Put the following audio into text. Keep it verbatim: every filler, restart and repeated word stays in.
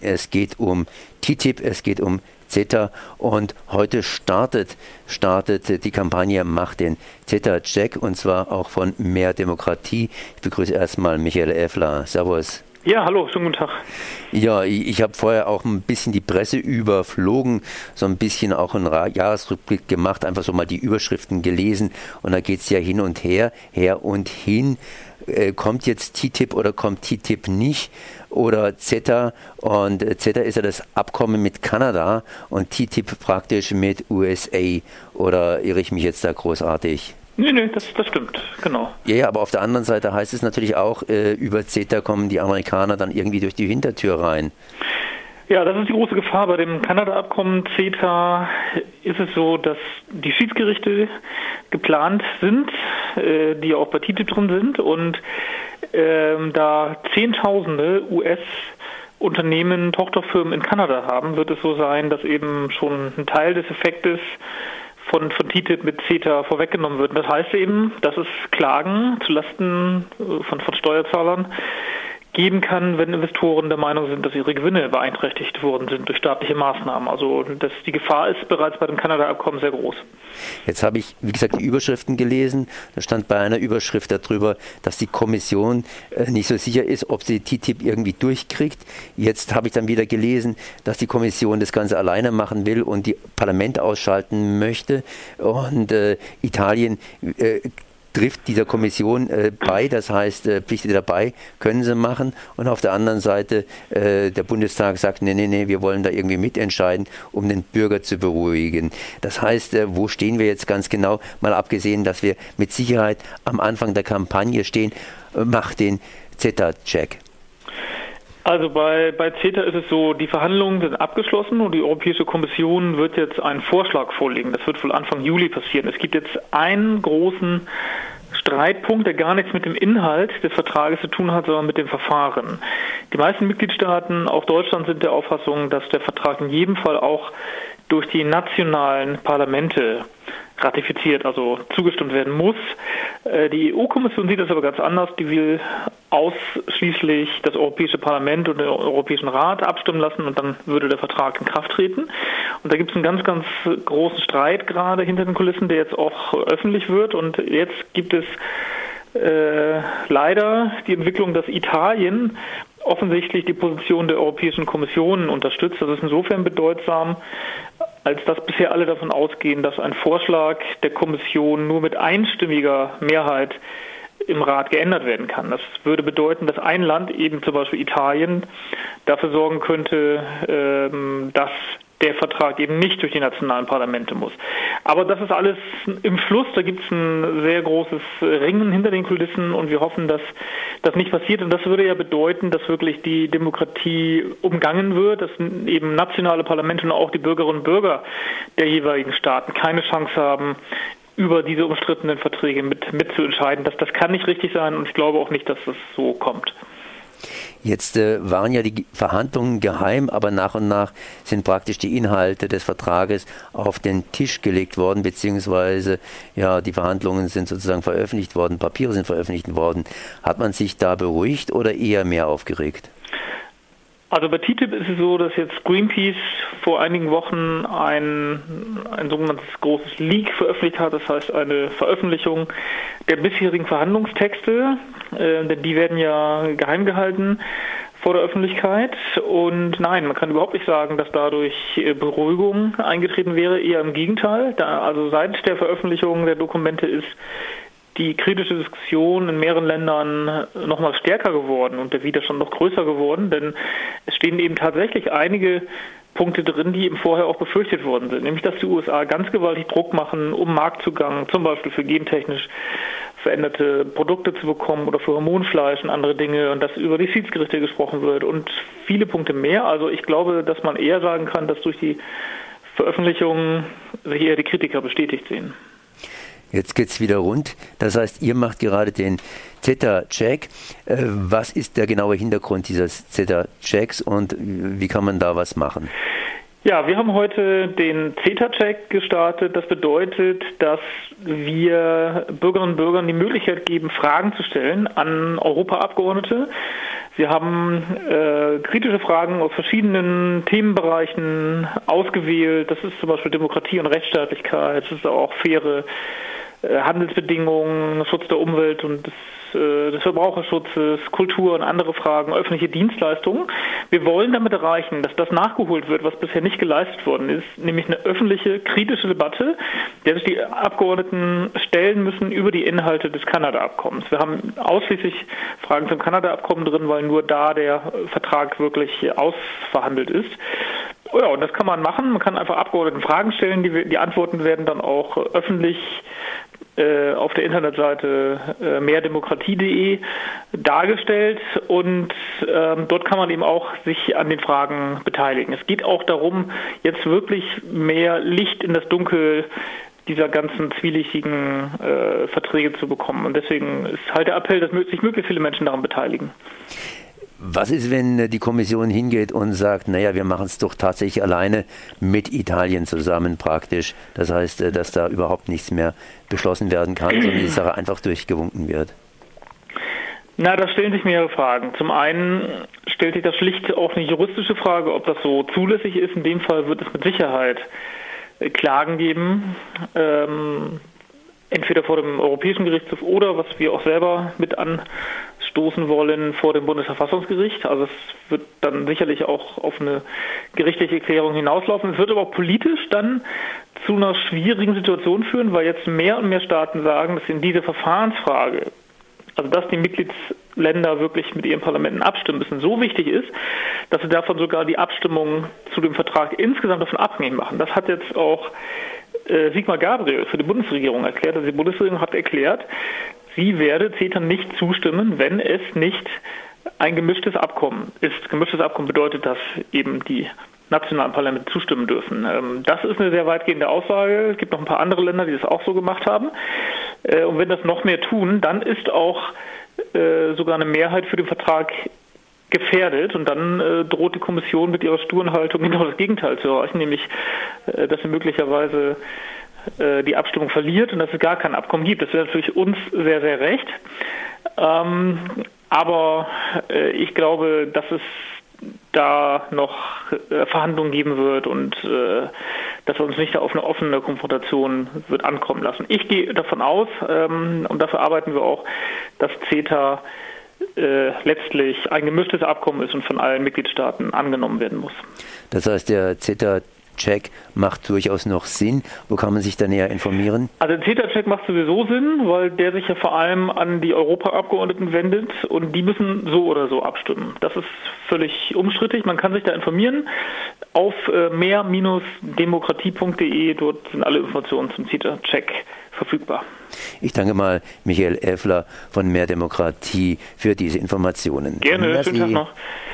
Es geht um T T I P, es geht um CETA und heute startet, startet die Kampagne Mach den CETA-Check und zwar auch von Mehr Demokratie. Ich begrüße erstmal Michael Effler. Servus. Ja, hallo, schönen guten Tag. Ja, ich, ich habe vorher auch ein bisschen die Presse überflogen, so ein bisschen auch einen Jahresrückblick gemacht, einfach so mal die Überschriften gelesen und da geht es ja hin und her, her und hin. Äh, kommt jetzt T T I P oder kommt T T I P nicht oder CETA und äh, CETA ist ja das Abkommen mit Kanada und T T I P praktisch mit U S A oder irre ich mich jetzt da großartig? Nee, nee, das, das stimmt, genau. Ja, ja, aber auf der anderen Seite heißt es natürlich auch, äh, über CETA kommen die Amerikaner dann irgendwie durch die Hintertür rein. Ja, das ist die große Gefahr. Bei dem Kanada-Abkommen CETA ist es so, dass die Schiedsgerichte geplant sind, äh, die auch bei T T I P drin sind und ähm, da Zehntausende U S-Unternehmen, Tochterfirmen in Kanada haben, wird es so sein, dass eben schon ein Teil des Effektes von, von T T I P mit CETA vorweggenommen wird. Und das heißt eben, dass es Klagen zulasten von, von Steuerzahlern geben kann, wenn Investoren der Meinung sind, dass ihre Gewinne beeinträchtigt worden sind durch staatliche Maßnahmen. Also das, die Gefahr ist bereits bei dem Kanada-Abkommen sehr groß. Jetzt habe ich, wie gesagt, die Überschriften gelesen. Da stand bei einer Überschrift darüber, dass die Kommission äh, nicht so sicher ist, ob sie T T I P irgendwie durchkriegt. Jetzt habe ich dann wieder gelesen, dass die Kommission das Ganze alleine machen will und die Parlamente ausschalten möchte. Und äh, Italien äh, trifft dieser Kommission äh, bei, das heißt, äh, Pflichten dabei können sie machen und auf der anderen Seite äh, der Bundestag sagt, nee, nee, nee, wir wollen da irgendwie mitentscheiden, um den Bürger zu beruhigen. Das heißt, äh, wo stehen wir jetzt ganz genau, mal abgesehen, dass wir mit Sicherheit am Anfang der Kampagne stehen, äh, mach den CETA-Check. Also bei, bei CETA ist es so, die Verhandlungen sind abgeschlossen und die Europäische Kommission wird jetzt einen Vorschlag vorlegen. Das wird wohl Anfang Juli passieren. Es gibt jetzt einen großen Streitpunkt, der gar nichts mit dem Inhalt des Vertrages zu tun hat, sondern mit dem Verfahren. Die meisten Mitgliedstaaten, auch Deutschland, sind der Auffassung, dass der Vertrag in jedem Fall auch durch die nationalen Parlamente ratifiziert, also zugestimmt werden muss. Die E U-Kommission sieht das aber ganz anders. Die will ausschließlich das Europäische Parlament und den Europäischen Rat abstimmen lassen und dann würde der Vertrag in Kraft treten. Und da gibt es einen ganz, ganz großen Streit gerade hinter den Kulissen, der jetzt auch öffentlich wird. Und jetzt gibt es äh, leider die Entwicklung, dass Italien offensichtlich die Position der Europäischen Kommission unterstützt. Das ist insofern bedeutsam, als dass bisher alle davon ausgehen, dass ein Vorschlag der Kommission nur mit einstimmiger Mehrheit im Rat geändert werden kann. Das würde bedeuten, dass ein Land, eben zum Beispiel Italien, dafür sorgen könnte, dass der Vertrag eben nicht durch die nationalen Parlamente muss. Aber das ist alles im Fluss, da gibt es ein sehr großes Ringen hinter den Kulissen und wir hoffen, dass das nicht passiert. Und das würde ja bedeuten, dass wirklich die Demokratie umgangen wird, dass eben nationale Parlamente und auch die Bürgerinnen und Bürger der jeweiligen Staaten keine Chance haben, über diese umstrittenen Verträge mit, mitzuentscheiden. Das, das kann nicht richtig sein und ich glaube auch nicht, dass das so kommt. Jetzt äh, waren ja die Verhandlungen geheim, aber nach und nach sind praktisch die Inhalte des Vertrages auf den Tisch gelegt worden, beziehungsweise ja, die Verhandlungen sind sozusagen veröffentlicht worden, Papiere sind veröffentlicht worden. Hat man sich da beruhigt oder eher mehr aufgeregt? Also bei T T I P ist es so, dass jetzt Greenpeace vor einigen Wochen ein, ein sogenanntes großes Leak veröffentlicht hat, das heißt eine Veröffentlichung der bisherigen Verhandlungstexte, äh, denn die werden ja geheim gehalten vor der Öffentlichkeit und nein, man kann überhaupt nicht sagen, dass dadurch Beruhigung eingetreten wäre, eher im Gegenteil. Da, also seit der Veröffentlichung der Dokumente ist die kritische Diskussion in mehreren Ländern noch mal stärker geworden und der Widerstand noch größer geworden, denn es stehen eben tatsächlich einige Punkte drin, die eben vorher auch befürchtet worden sind, nämlich dass die U S A ganz gewaltig Druck machen, um Marktzugang, zum Beispiel für gentechnisch veränderte Produkte zu bekommen oder für Hormonfleisch und andere Dinge und dass über die Schiedsgerichte gesprochen wird und viele Punkte mehr. Also ich glaube, dass man eher sagen kann, dass durch die Veröffentlichung sich eher die Kritiker bestätigt sehen. Jetzt geht's wieder rund. Das heißt, ihr macht gerade den CETA-Check. Was ist der genaue Hintergrund dieses CETA-Checks und wie kann man da was machen? Ja, wir haben heute den CETA-Check gestartet. Das bedeutet, dass wir Bürgerinnen und Bürgern die Möglichkeit geben, Fragen zu stellen an Europaabgeordnete. Wir haben äh, kritische Fragen aus verschiedenen Themenbereichen ausgewählt. Das ist zum Beispiel Demokratie und Rechtsstaatlichkeit, das ist auch faire äh, Handelsbedingungen, Schutz der Umwelt und des, äh, des Verbraucherschutzes, Kultur und andere Fragen, öffentliche Dienstleistungen. Wir wollen damit erreichen, dass das nachgeholt wird, was bisher nicht geleistet worden ist, nämlich eine öffentliche, kritische Debatte, der sich die Abgeordneten stellen müssen über die Inhalte des Kanada-Abkommens. Wir haben ausschließlich Fragen zum Kanada-Abkommen drin, weil nur da der Vertrag wirklich ausverhandelt ist. Ja, und das kann man machen. Man kann einfach Abgeordneten Fragen stellen. Die, die Antworten werden dann auch öffentlich äh, auf der Internetseite äh, mehrdemokratie punkt de dargestellt. Und ähm, dort kann man eben auch sich an den Fragen beteiligen. Es geht auch darum, jetzt wirklich mehr Licht in das Dunkel dieser ganzen zwielichtigen äh, Verträge zu bekommen. Und deswegen ist halt der Appell, dass sich möglichst viele Menschen daran beteiligen. Was ist, wenn die Kommission hingeht und sagt, naja, wir machen es doch tatsächlich alleine mit Italien zusammen praktisch. Das heißt, dass da überhaupt nichts mehr beschlossen werden kann, sondern die Sache einfach durchgewunken wird. Na, da stellen sich mehrere Fragen. Zum einen stellt sich da schlicht auch eine juristische Frage, ob das so zulässig ist. In dem Fall wird es mit Sicherheit Klagen geben, ähm, entweder vor dem Europäischen Gerichtshof oder, was wir auch selber mit anstoßen wollen, vor dem Bundesverfassungsgericht. Also es wird dann sicherlich auch auf eine gerichtliche Erklärung hinauslaufen. Es wird aber auch politisch dann zu einer schwierigen Situation führen, weil jetzt mehr und mehr Staaten sagen, dass in diese Verfahrensfrage, also dass die Mitgliedsländer wirklich mit ihren Parlamenten abstimmen müssen, so wichtig ist, dass sie davon sogar die Abstimmung zu dem Vertrag insgesamt davon abhängig machen. Das hat jetzt auch äh, Sigmar Gabriel für die Bundesregierung erklärt. Also die Bundesregierung hat erklärt, sie werde CETA nicht zustimmen, wenn es nicht ein gemischtes Abkommen ist. Gemischtes Abkommen bedeutet, dass eben die nationalen Parlamente zustimmen dürfen. Ähm, das ist eine sehr weitgehende Aussage. Es gibt noch ein paar andere Länder, die das auch so gemacht haben. Äh, und wenn das noch mehr tun, dann ist auch äh, sogar eine Mehrheit für den Vertrag gefährdet und dann äh, droht die Kommission mit ihrer sturen Haltung genau das Gegenteil zu erreichen, nämlich äh, dass sie möglicherweise äh, die Abstimmung verliert und dass es gar kein Abkommen gibt. Das wäre natürlich uns sehr, sehr recht. Ähm, aber äh, ich glaube, dass es da noch äh, Verhandlungen geben wird und äh, dass wir uns nicht auf eine offene Konfrontation wird ankommen lassen. Ich gehe davon aus, ähm, und dafür arbeiten wir auch, dass CETA äh, letztlich ein gemischtes Abkommen ist und von allen Mitgliedstaaten angenommen werden muss. Das heißt, der CETA-Check macht durchaus noch Sinn. Wo kann man sich da näher informieren? Also der CETA-Check macht sowieso Sinn, weil der sich ja vor allem an die Europaabgeordneten wendet und die müssen so oder so abstimmen. Das ist völlig unstrittig. Man kann sich da informieren auf äh, mehr Demokratie punkt de. Dort sind alle Informationen zum CETA-Check verfügbar. Ich danke mal Michael Äffler von Mehr Demokratie für diese Informationen. Gerne, schönen Tag noch.